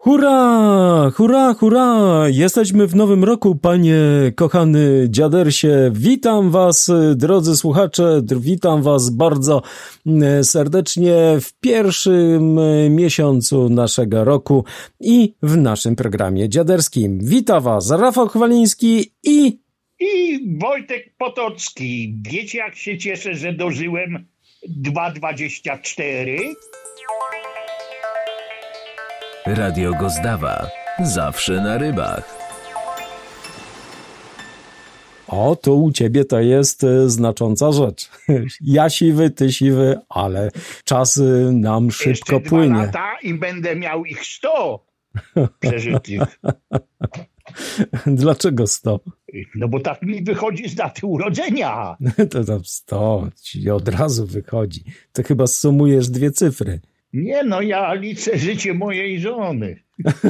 Hurra, hurra, hurra! Jesteśmy w nowym roku, panie kochany dziadersie. Witam was, drodzy słuchacze, witam was bardzo serdecznie w pierwszym miesiącu naszego roku i w naszym programie dziaderskim. Witam was Rafał Chwaliński i Wojtek Potocki. Wiecie, jak się cieszę, że dożyłem 2,24? Radio Gozdawa. Zawsze na rybach. O, tu u ciebie to jest znacząca rzecz. Ja siwy, ty siwy, ale czas nam szybko Jeszcze płynie. 2 lata i będę miał ich 100 przeżytych. Dlaczego 100? No bo tak mi wychodzi z daty urodzenia. To tam 100 ci od razu wychodzi. To chyba sumujesz 2 cyfry. Nie no, ja liczę życie mojej żony.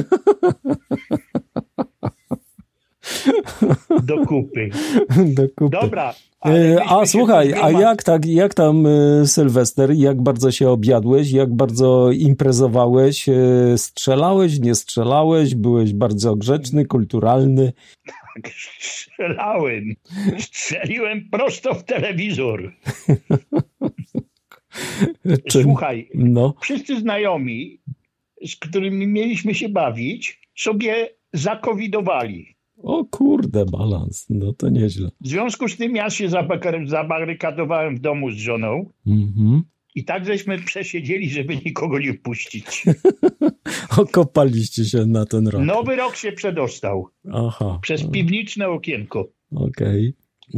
Do kupy. Do kupy. Dobra. A słuchaj, a jak tam Sylwester? Jak bardzo się objadłeś? Jak bardzo imprezowałeś? Strzelałeś, nie strzelałeś? Byłeś bardzo grzeczny, kulturalny? Tak, strzelałem. Strzeliłem prosto w telewizor. Słuchaj, wszyscy znajomi, z którymi mieliśmy się bawić, sobie zakowidowali. O kurde, balans, no to nieźle. W związku z tym ja się zabarykadowałem w domu z żoną i tak żeśmy przesiedzieli, żeby nikogo nie wpuścić. Okopaliście się na ten rok. Nowy rok się przedostał. Aha. Przez piwniczne okienko. Okej.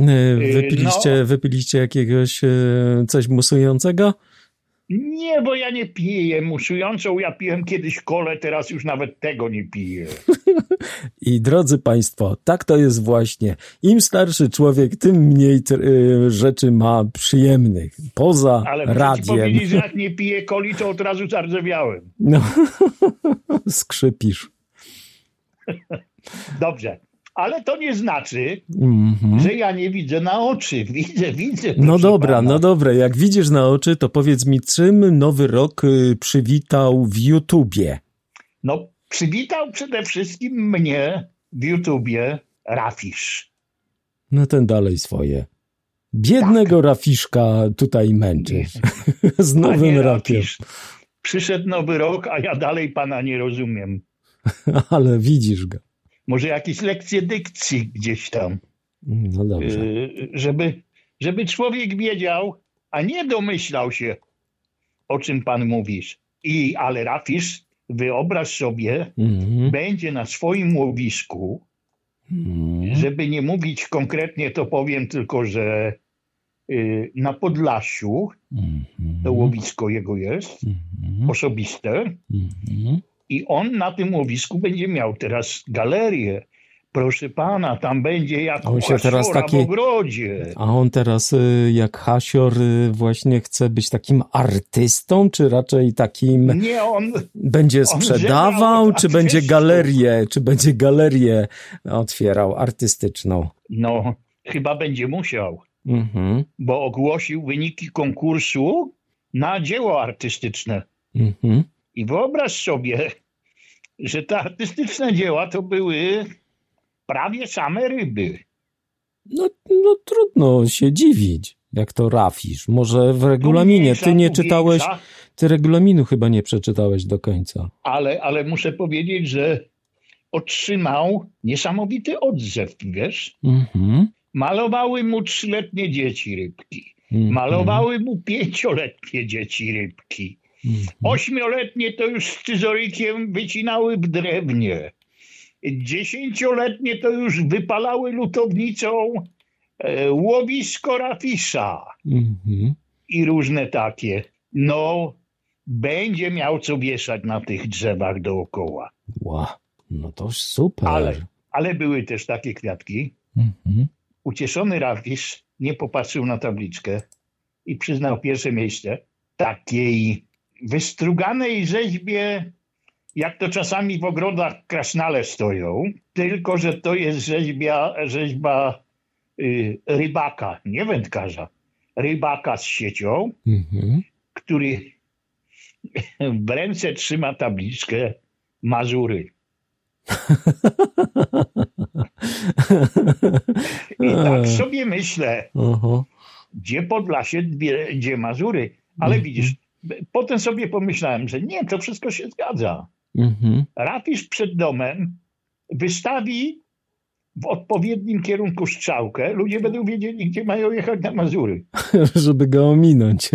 Wypiliście jakiegoś coś musującego? Nie, bo ja nie piję musującą. Ja piłem kiedyś kolę, teraz już nawet tego nie piję. I drodzy państwo, tak to jest właśnie. Im starszy człowiek, tym mniej rzeczy ma przyjemnych. Poza ale radiem. Ale powiedzieć, że jak nie piję coli, to od razu zardzewiałem. No, skrzypisz. Dobrze. Ale to nie znaczy, że ja nie widzę na oczy. Widzę. No dobra. Jak widzisz na oczy, to powiedz mi, czym nowy rok przywitał w YouTubie? No, przywitał przede wszystkim mnie w YouTubie Rafisz. No ten dalej swoje. Biednego Rafiszka tutaj męczysz. Z nowym rokiem. Rafisz. Przyszedł nowy rok, a ja dalej pana nie rozumiem. Ale widzisz go. Może jakieś lekcje dykcji gdzieś tam. No dobrze. Żeby człowiek wiedział, a nie domyślał się, o czym pan mówisz. Ale Rafisz, wyobraź sobie, będzie na swoim łowisku, żeby nie mówić konkretnie, to powiem tylko, że na Podlasiu, to łowisko jego jest, osobiste, i on na tym łowisku będzie miał teraz galerię. Proszę pana, tam będzie jak u hasiora w ogrodzie. A on teraz jak hasior właśnie chce być takim artystą, czy raczej takim... Nie, on... Będzie sprzedawał, czy będzie galerię otwierał artystyczną? No, chyba będzie musiał. Bo ogłosił wyniki konkursu na dzieło artystyczne. I wyobraź sobie, że te artystyczne dzieła to były prawie same ryby. No trudno się dziwić, jak to Rafisz. Może w regulaminie. Ty nie czytałeś, ty regulaminu chyba nie przeczytałeś do końca. Ale muszę powiedzieć, że otrzymał niesamowity odzew, wiesz? Malowały mu 3-letnie dzieci rybki. Malowały mu 5-letnie dzieci rybki. 8-letnie to już scyzorykiem wycinały w drewnie. 10-letnie to już wypalały lutownicą łowisko Rafisza. I różne takie. No, będzie miał co wieszać na tych drzewach dookoła. Wow, no to super. Ale były też takie kwiatki. Ucieszony Rafisz nie popatrzył na tabliczkę i przyznał pierwsze miejsce takiej wystruganej rzeźbie, jak to czasami w ogrodach krasnale stoją, tylko że to jest rzeźba rybaka, nie wędkarza, rybaka z siecią, który w ręce trzyma tabliczkę Mazury. I tak sobie myślę, gdzie Podlasie, gdzie Mazury. Ale widzisz, potem sobie pomyślałem, że nie, to wszystko się zgadza. Rafisz przed domem wystawi w odpowiednim kierunku strzałkę, ludzie będą wiedzieli, gdzie mają jechać na Mazury. Żeby go ominąć.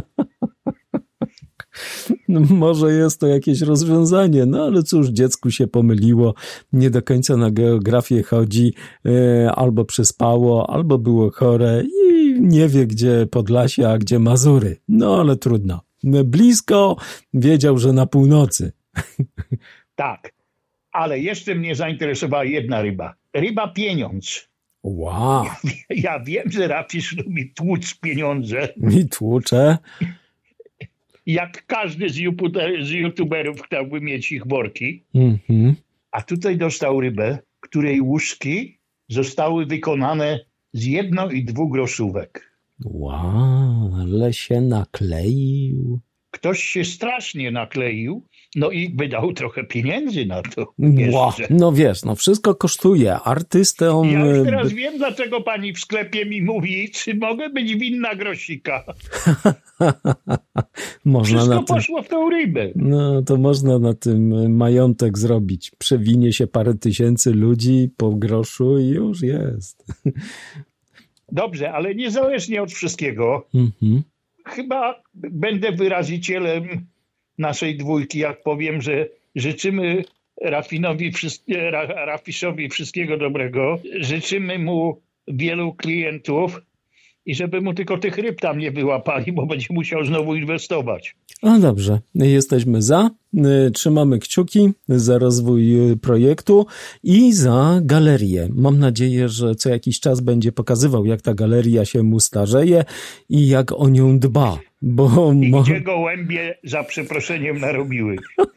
No, może jest to jakieś rozwiązanie, no ale cóż, dziecku się pomyliło, nie do końca na geografię chodzi, albo przyspało, albo było chore i nie wie, gdzie Podlasie, a gdzie Mazury. No ale trudno. Blisko, wiedział, że na północy. Tak, ale jeszcze mnie zainteresowała jedna ryba. Ryba pieniądz. Wow. Ja wiem, że Rafisz lubi tłuc pieniądze. I tłucze. Jak każdy z youtuberów chciałby mieć ich worki. A tutaj dostał rybę, której łóżki zostały wykonane z 1- i 2-groszówek. Wow, ale się nakleił. Ktoś się strasznie nakleił, no i wydał trochę pieniędzy na to. Wow. No wiesz, no wszystko kosztuje. Artystom... Ja już teraz wiem, dlaczego pani w sklepie mi mówi, czy mogę być winna grosika. Można wszystko na tym... poszło w tą rybę. No to można na tym majątek zrobić. Przewinie się parę tysięcy ludzi po groszu i już jest. Dobrze, ale niezależnie od wszystkiego, chyba będę wyrazicielem naszej dwójki, jak powiem, że życzymy Rafiszowi wszystkiego dobrego. Życzymy mu wielu klientów i żeby mu tylko tych ryb tam nie wyłapali, bo będzie musiał znowu inwestować. No dobrze, jesteśmy za. Trzymamy kciuki za rozwój projektu i za galerię. Mam nadzieję, że co jakiś czas będzie pokazywał, jak ta galeria się mu starzeje i jak o nią dba. I gdzie gołębie za przeproszeniem narobiły.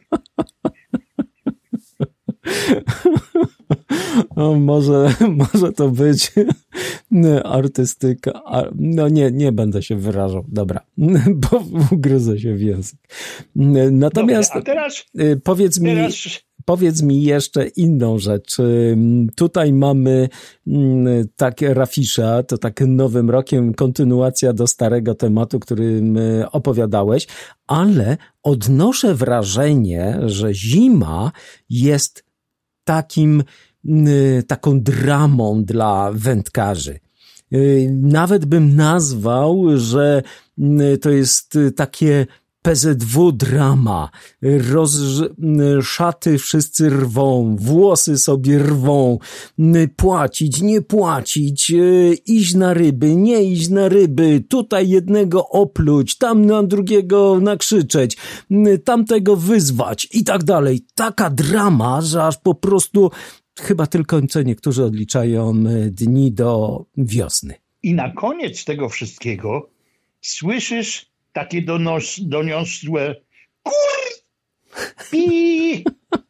No, może to być artystyka. No nie będę się wyrażał. Dobra, bo ugryzę się w język. Natomiast dobrze, a teraz, powiedz mi jeszcze inną rzecz. Tutaj mamy takie Rafisza, to tak Nowym Rokiem kontynuacja do starego tematu, którym opowiadałeś, ale odnoszę wrażenie, że zima jest taką dramą dla wędkarzy. Nawet bym nazwał, że to jest takie PZW drama. Szaty wszyscy rwą, włosy sobie rwą, płacić, nie płacić, iść na ryby, nie iść na ryby, tutaj jednego opluć, tam na drugiego nakrzyczeć, tamtego wyzwać i tak dalej. Taka drama, że aż po prostu chyba tylko co niektórzy odliczają dni do wiosny. I na koniec tego wszystkiego słyszysz takie doniosłe pi.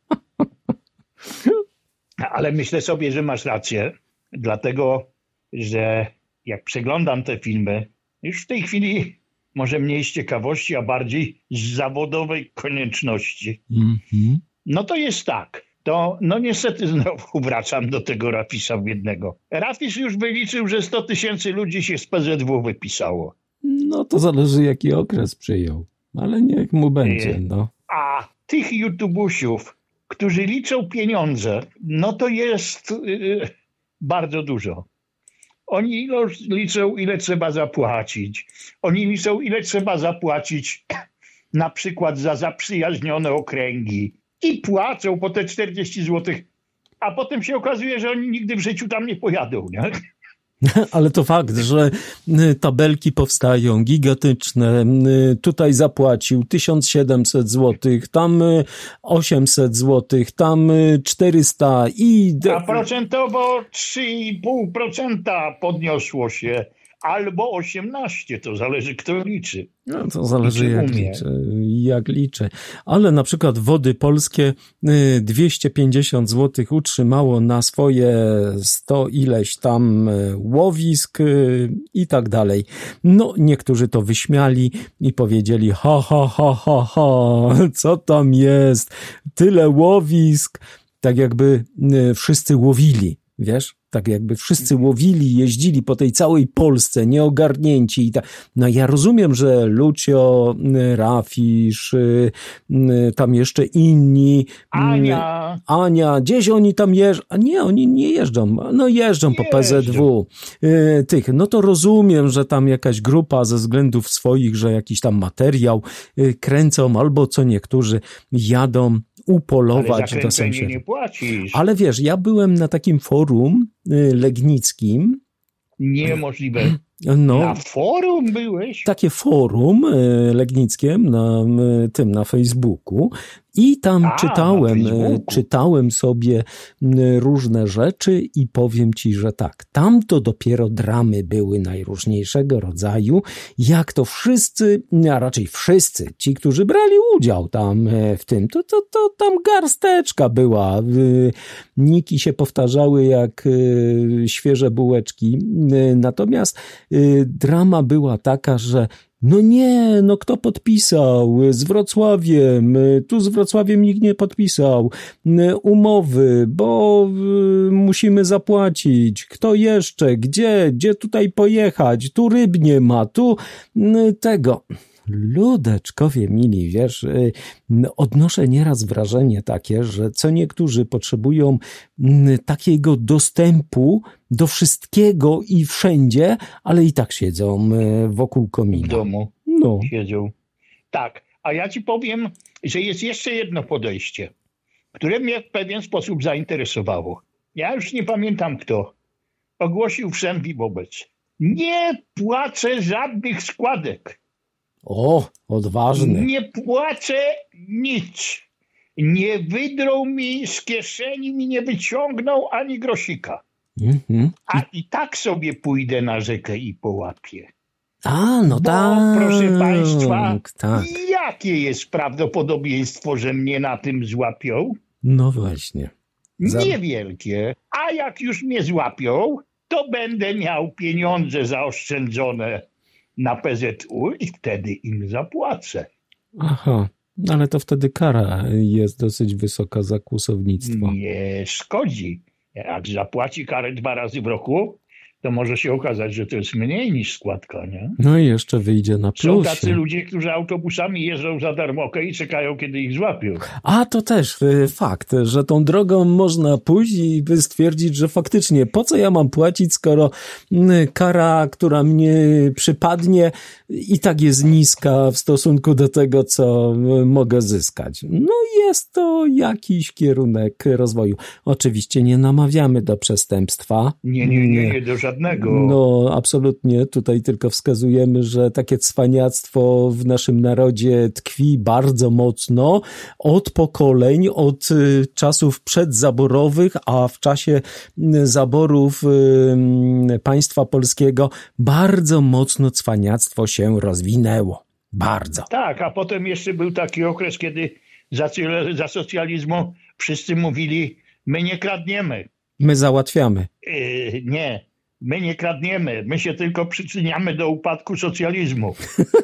Ale myślę sobie, że masz rację, dlatego, że jak przeglądam te filmy, już w tej chwili może mniej z ciekawości, a bardziej z zawodowej konieczności. No to jest tak. To no niestety znowu wracam do tego Rafisza biednego. Rafisz już wyliczył, że 100 000 ludzi się z PZW wypisało. No to zależy, jaki okres przyjął, ale niech mu będzie, no. A tych YouTubusiów, którzy liczą pieniądze, no to jest bardzo dużo. Oni liczą, ile trzeba zapłacić. Oni liczą, ile trzeba zapłacić na przykład za zaprzyjaźnione okręgi. I płacą po te 40 zł, a potem się okazuje, że oni nigdy w życiu tam nie pojadą, nie? Ale to fakt, że tabelki powstają gigantyczne. Tutaj zapłacił 1700 zł, tam 800 zł, tam 400 i... A procentowo 3,5% podniosło się. albo 18, to zależy kto liczy. No, to zależy jak liczy. Ale na przykład Wody Polskie 250 zł utrzymało na swoje 100 ileś tam łowisk i tak dalej. No, niektórzy to wyśmiali i powiedzieli ha, co tam jest? Tyle łowisk, tak jakby wszyscy łowili. Wiesz, tak jakby wszyscy łowili, jeździli po tej całej Polsce, nieogarnięci i tak. No ja rozumiem, że Lucio, Rafisz, tam jeszcze inni. Ania, gdzieś oni tam jeżdżą. A nie, oni nie jeżdżą. No jeżdżą po PZW. No to rozumiem, że tam jakaś grupa ze względów swoich, że jakiś tam materiał kręcą, albo co niektórzy jadą upolować do sąsiadów. Nie płacisz. Ale wiesz, ja byłem na takim forum legnickim. Niemożliwe. No, na forum byłeś? Takie forum legnickie na Facebooku i tam czytałem sobie różne rzeczy i powiem ci, że tak, tam to dopiero dramy były najróżniejszego rodzaju, jak to wszyscy, a raczej wszyscy, ci, którzy brali udział tam w tym, to tam garsteczka była, niki się powtarzały jak świeże bułeczki, natomiast drama była taka, że kto podpisał? Z Wrocławiem. Tu z Wrocławiem nikt nie podpisał umowy, bo musimy zapłacić. Kto jeszcze? Gdzie tutaj pojechać? Tu ryb nie ma, tu tego. Ludeczkowie mili, wiesz, odnoszę nieraz wrażenie takie, że co niektórzy potrzebują takiego dostępu do wszystkiego i wszędzie, ale i tak siedzą wokół komina. W domu siedzą. Tak, a ja ci powiem, że jest jeszcze jedno podejście, które mnie w pewien sposób zainteresowało. Ja już nie pamiętam kto. Ogłosił wszędzie wobec. Nie płacę żadnych składek. O, odważny. Nie płacę nic. Nie wydrą mi z kieszeni, mi nie wyciągną ani grosika. A i tak sobie pójdę na rzekę i połapię. Tak. Proszę państwa, tak. Jakie jest prawdopodobieństwo, że mnie na tym złapią? No właśnie. Niewielkie. A jak już mnie złapią, to będę miał pieniądze zaoszczędzone na PZU i wtedy im zapłacę. Aha, ale to wtedy kara jest dosyć wysoka za kłusownictwo. Nie szkodzi. Jak zapłaci karę 2 razy w roku, to może się okazać, że to jest mniej niż składka, nie? No i jeszcze wyjdzie na plusie. Są tacy ludzie, którzy autobusami jeżdżą za darmokę i czekają, kiedy ich złapią. A to też fakt, że tą drogą można pójść i stwierdzić, że faktycznie po co ja mam płacić, skoro kara, która mnie przypadnie, i tak jest niska w stosunku do tego, co mogę zyskać. No jest to jakiś kierunek rozwoju. Oczywiście nie namawiamy do przestępstwa. Nie do żadnego. No absolutnie. Tutaj tylko wskazujemy, że takie cwaniactwo w naszym narodzie tkwi bardzo mocno od pokoleń, od czasów przedzaborowych, a w czasie zaborów państwa polskiego bardzo mocno cwaniactwo się rozwinęło. Bardzo. Tak, a potem jeszcze był taki okres, kiedy za socjalizmu wszyscy mówili, my nie kradniemy. My załatwiamy. Nie, my nie kradniemy, my się tylko przyczyniamy do upadku socjalizmu.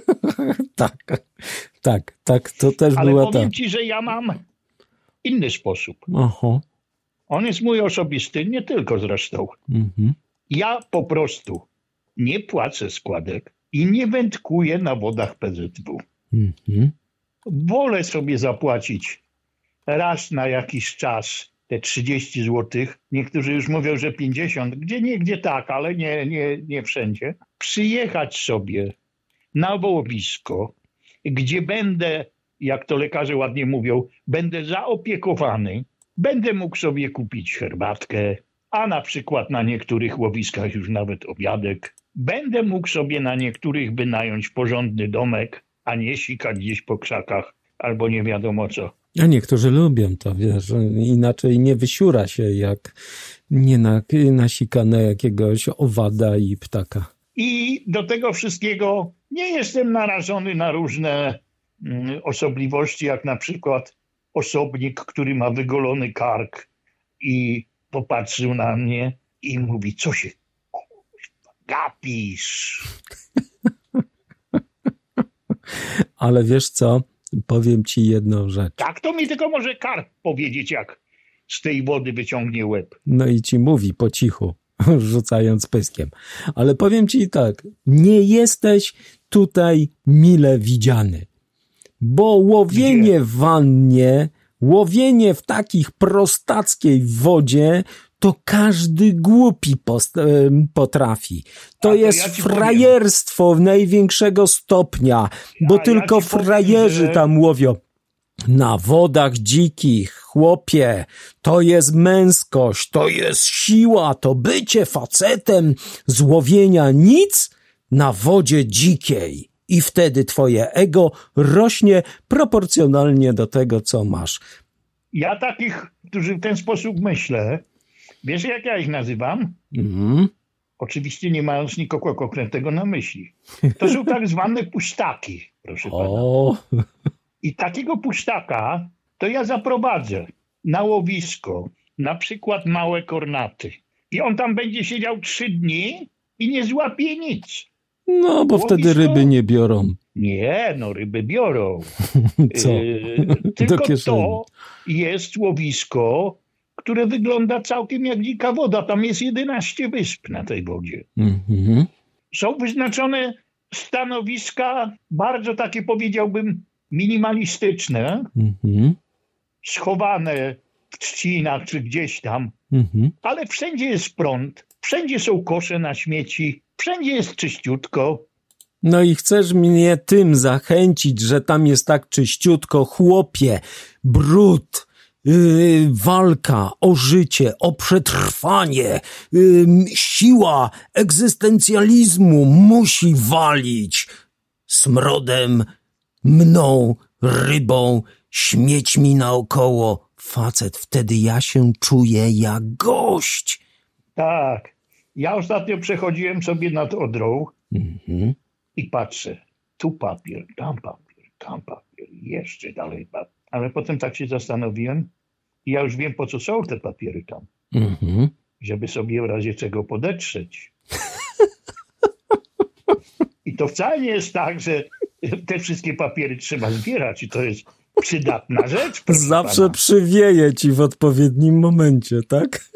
Tak, to też ale była powiem ci, że ja mam inny sposób. Aha. On jest mój osobisty, nie tylko zresztą. Ja po prostu nie płacę składek i nie wędkuję na wodach PZW. Wolę sobie zapłacić raz na jakiś czas te 30 zł. Niektórzy już mówią, że 50. Gdzie tak, ale nie wszędzie. Przyjechać sobie na łowisko, gdzie będę, jak to lekarze ładnie mówią, będę zaopiekowany. Będę mógł sobie kupić herbatkę, a na przykład na niektórych łowiskach już nawet obiadek. Będę mógł sobie na niektórych wynająć porządny domek, a nie sikać gdzieś po krzakach albo nie wiadomo co. A niektórzy lubią to, wiesz, inaczej nie wysiura się, jak nie nasika na jakiegoś owada i ptaka. I do tego wszystkiego nie jestem narażony na różne osobliwości, jak na przykład osobnik, który ma wygolony kark i popatrzył na mnie i mówi, co się gapisz? Ale wiesz co? Powiem ci jedną rzecz. Tak, to mi tylko może karp powiedzieć, jak z tej wody wyciągnie łeb. No i ci mówi po cichu, rzucając pyskiem. Ale powiem ci tak, nie jesteś tutaj mile widziany. Bo łowienie w wannie, łowienie w takich prostackiej wodzie, to każdy głupi potrafi. To jest frajerstwo największego stopnia, bo tylko frajerzy tam łowią. Na wodach dzikich, chłopie, to jest męskość, to jest siła, to bycie facetem z łowienia nic na wodzie dzikiej. I wtedy twoje ego rośnie proporcjonalnie do tego, co masz. Ja takich, którzy w ten sposób myślę, wiesz jak ja ich nazywam? Oczywiście nie mając nikogo konkretnego na myśli. To są tak zwane pusztaki, proszę pana. I takiego pusztaka to ja zaprowadzę na łowisko, na przykład małe kornaty. I on tam będzie siedział 3 dni i nie złapie nic. No, bo łowisko? Wtedy ryby nie biorą. Nie, no ryby biorą. Co? Tylko to jest łowisko, które wygląda całkiem jak dzika woda. Tam jest 11 wysp na tej wodzie. Są wyznaczone stanowiska, bardzo takie powiedziałbym minimalistyczne, schowane w trzcinach czy gdzieś tam, ale wszędzie jest prąd, wszędzie są kosze na śmieci, wszędzie jest czyściutko. No i chcesz mnie tym zachęcić, że tam jest tak czyściutko, chłopie, brud, walka o życie, o przetrwanie, siła egzystencjalizmu musi walić smrodem, mną, rybą, śmiećmi naokoło. Facet, wtedy ja się czuję jak gość. Tak. Ja ostatnio przechodziłem sobie nad Odrą i patrzę. Tu papier, tam papier, jeszcze dalej papier. Ale potem tak się zastanowiłem i ja już wiem, po co są te papiery tam. Żeby sobie w razie czego podetrzeć. I to wcale nie jest tak, że te wszystkie papiery trzeba zbierać i to jest przydatna rzecz. Zawsze pana. Przywieje ci w odpowiednim momencie, tak?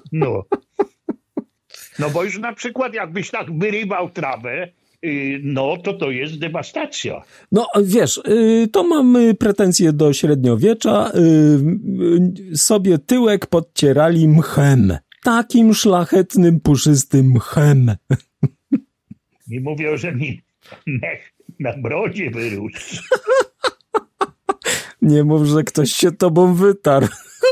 No bo już na przykład jakbyś tak wyrywał trawę, no to jest dewastacja. No wiesz, to mam pretensje do średniowiecza. Sobie tyłek podcierali mchem. Takim szlachetnym, puszystym mchem. Mi mówią, że mi mech na brodzie wyrósł. Nie mów, że ktoś się tobą wytarł.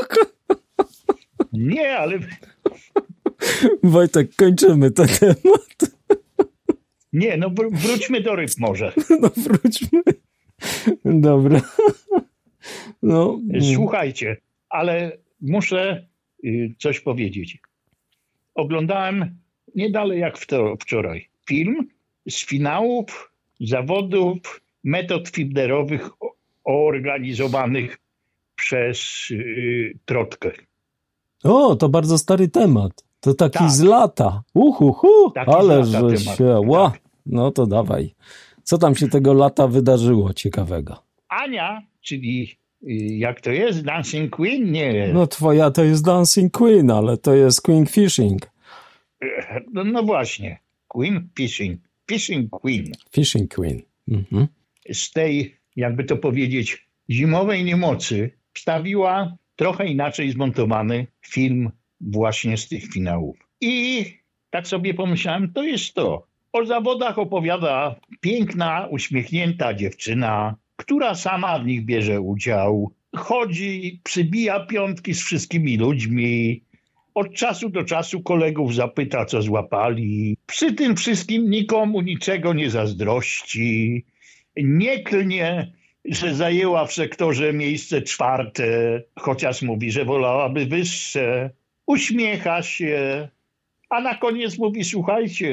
Nie, ale... Wojtek, kończymy ten temat. Nie, no wróćmy do ryb może. No wróćmy. Dobra. No. Słuchajcie, ale muszę coś powiedzieć. Oglądałem nie dalej jak wczoraj film z finałów zawodów metod fibnerowych organizowanych przez Trotkę. O, to bardzo stary temat. To taki tak. z lata. Ale że się... Tak. No to dawaj. Co tam się tego lata wydarzyło ciekawego? Ania, czyli jak to jest? Dancing Queen? Nie. No twoja to jest Dancing Queen, ale to jest Queen Fishing. No właśnie. Queen Fishing. Fishing Queen. Fishing Queen. Z tej, jakby to powiedzieć, zimowej niemocy wstawiła trochę inaczej zmontowany film właśnie z tych finałów. I tak sobie pomyślałem, to jest to. O zawodach opowiada piękna, uśmiechnięta dziewczyna, która sama w nich bierze udział. Chodzi, przybija piątki z wszystkimi ludźmi. Od czasu do czasu kolegów zapyta, co złapali. Przy tym wszystkim nikomu niczego nie zazdrości. Nie klnie, że zajęła w sektorze miejsce 4, chociaż mówi, że wolałaby wyższe. Uśmiecha się, a na koniec mówi, słuchajcie,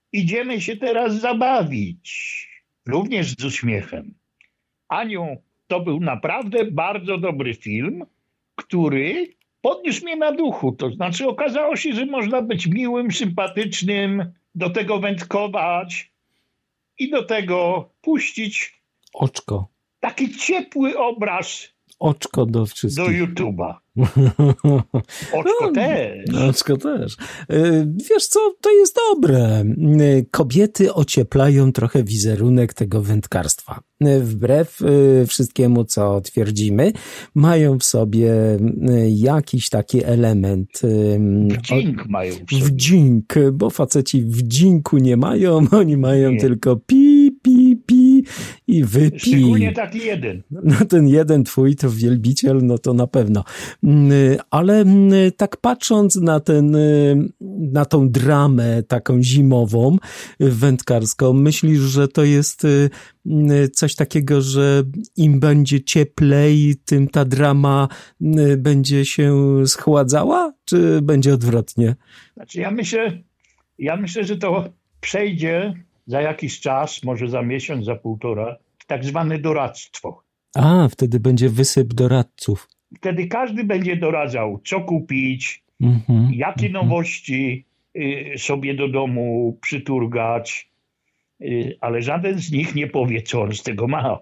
idziemy się teraz zabawić. Również z uśmiechem. Aniu, to był naprawdę bardzo dobry film, który podniósł mnie na duchu. To znaczy okazało się, że można być miłym, sympatycznym, do tego wędkować i do tego puścić oczko. Taki ciepły obraz. Oczko do wszystkich. Do YouTube'a. Oczko też. Oczko też. Wiesz co, to jest dobre. Kobiety ocieplają trochę wizerunek tego wędkarstwa. Wbrew wszystkiemu, co twierdzimy, mają w sobie jakiś taki element. Wdzięk mają w sobie. Wdzięk, bo faceci wdzięku nie mają, oni mają tylko pi, pi, pi i wypi. Szczególnie taki jeden. No ten jeden twój, to wielbiciel, no to na pewno. Ale tak patrząc na tą dramę taką zimową, wędkarską, myślisz, że to jest coś takiego, że im będzie cieplej, tym ta drama będzie się schładzała, czy będzie odwrotnie? Znaczy ja myślę, że to przejdzie za jakiś czas, może za miesiąc, za półtora, w tak zwane doradztwo. A, wtedy będzie wysyp doradców. Wtedy każdy będzie doradzał, co kupić, jakie nowości sobie do domu przyturgać, ale żaden z nich nie powie, co on z tego ma.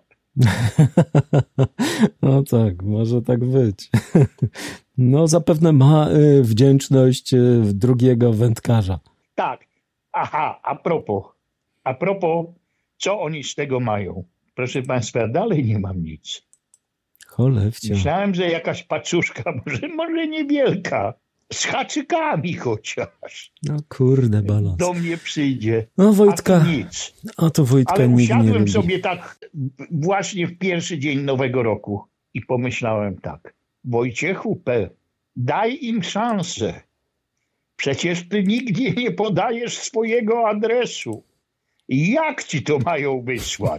No tak, może tak być. No zapewne ma wdzięczność drugiego wędkarza. Tak. Aha, a propos, co oni z tego mają? Proszę państwa, dalej nie mam nic. Cholewcia. Myślałem, że jakaś paczuszka, może niewielka, z haczykami chociaż. No kurde, balans. Do mnie przyjdzie. No Wojtka, a to nic. A to Wojtka ale nigdy nie usiadłem lubi. sobie tak właśnie w pierwszy dzień Nowego Roku i pomyślałem tak. Wojciechu P., daj im szansę. Przecież ty nigdzie nie podajesz swojego adresu. Jak ci to mają wysłać?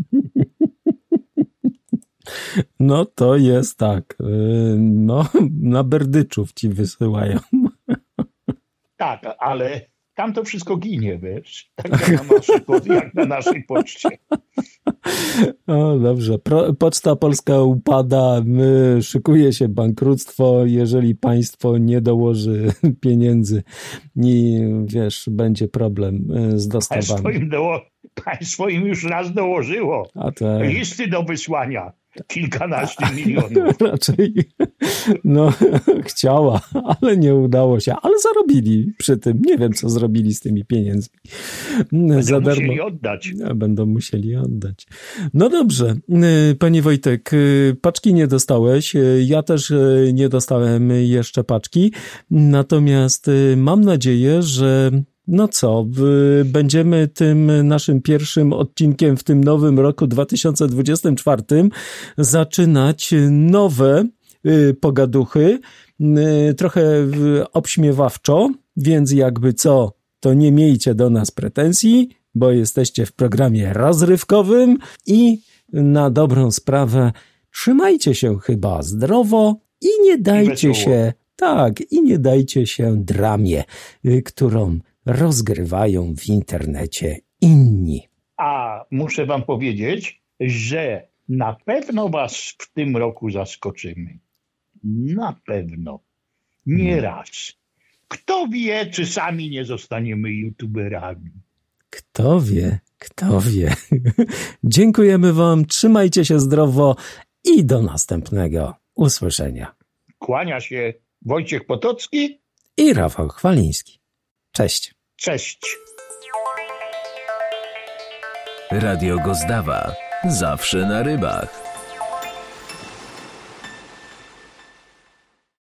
No to jest tak. No, na Berdyczów ci wysyłają. Tak, ale tam to wszystko ginie, wiesz? Tak jak na naszej poczcie. O, dobrze. Poczta Polska upada, szykuje się bankructwo, jeżeli państwo nie dołoży pieniędzy i wiesz, będzie problem z dostawami. Państwo im już raz dołożyło. A tak. Listy do wysłania. Kilkanaście milionów. Raczej no chciała, ale nie udało się. Ale zarobili przy tym. Nie wiem, co zrobili z tymi pieniędzmi. Będą musieli oddać. No dobrze. Panie Wojtek, paczki nie dostałeś. Ja też nie dostałem jeszcze paczki. Natomiast mam nadzieję, że no co, będziemy tym naszym pierwszym odcinkiem w tym nowym roku 2024 zaczynać nowe pogaduchy, trochę obśmiewawczo, więc jakby co, to nie miejcie do nas pretensji, bo jesteście w programie rozrywkowym i na dobrą sprawę trzymajcie się chyba zdrowo i nie dajcie się, i nie dajcie się dramie, którą rozgrywają w internecie inni. A muszę wam powiedzieć, że na pewno was w tym roku zaskoczymy. Na pewno. Nie raz. Kto wie, czy sami nie zostaniemy youtuberami. Kto wie, kto wie. Dziękujemy wam, trzymajcie się zdrowo i do następnego usłyszenia. Kłania się Wojciech Potocki i Rafał Chwaliński. Cześć. Cześć. Radio Gozdawa. Zawsze na rybach.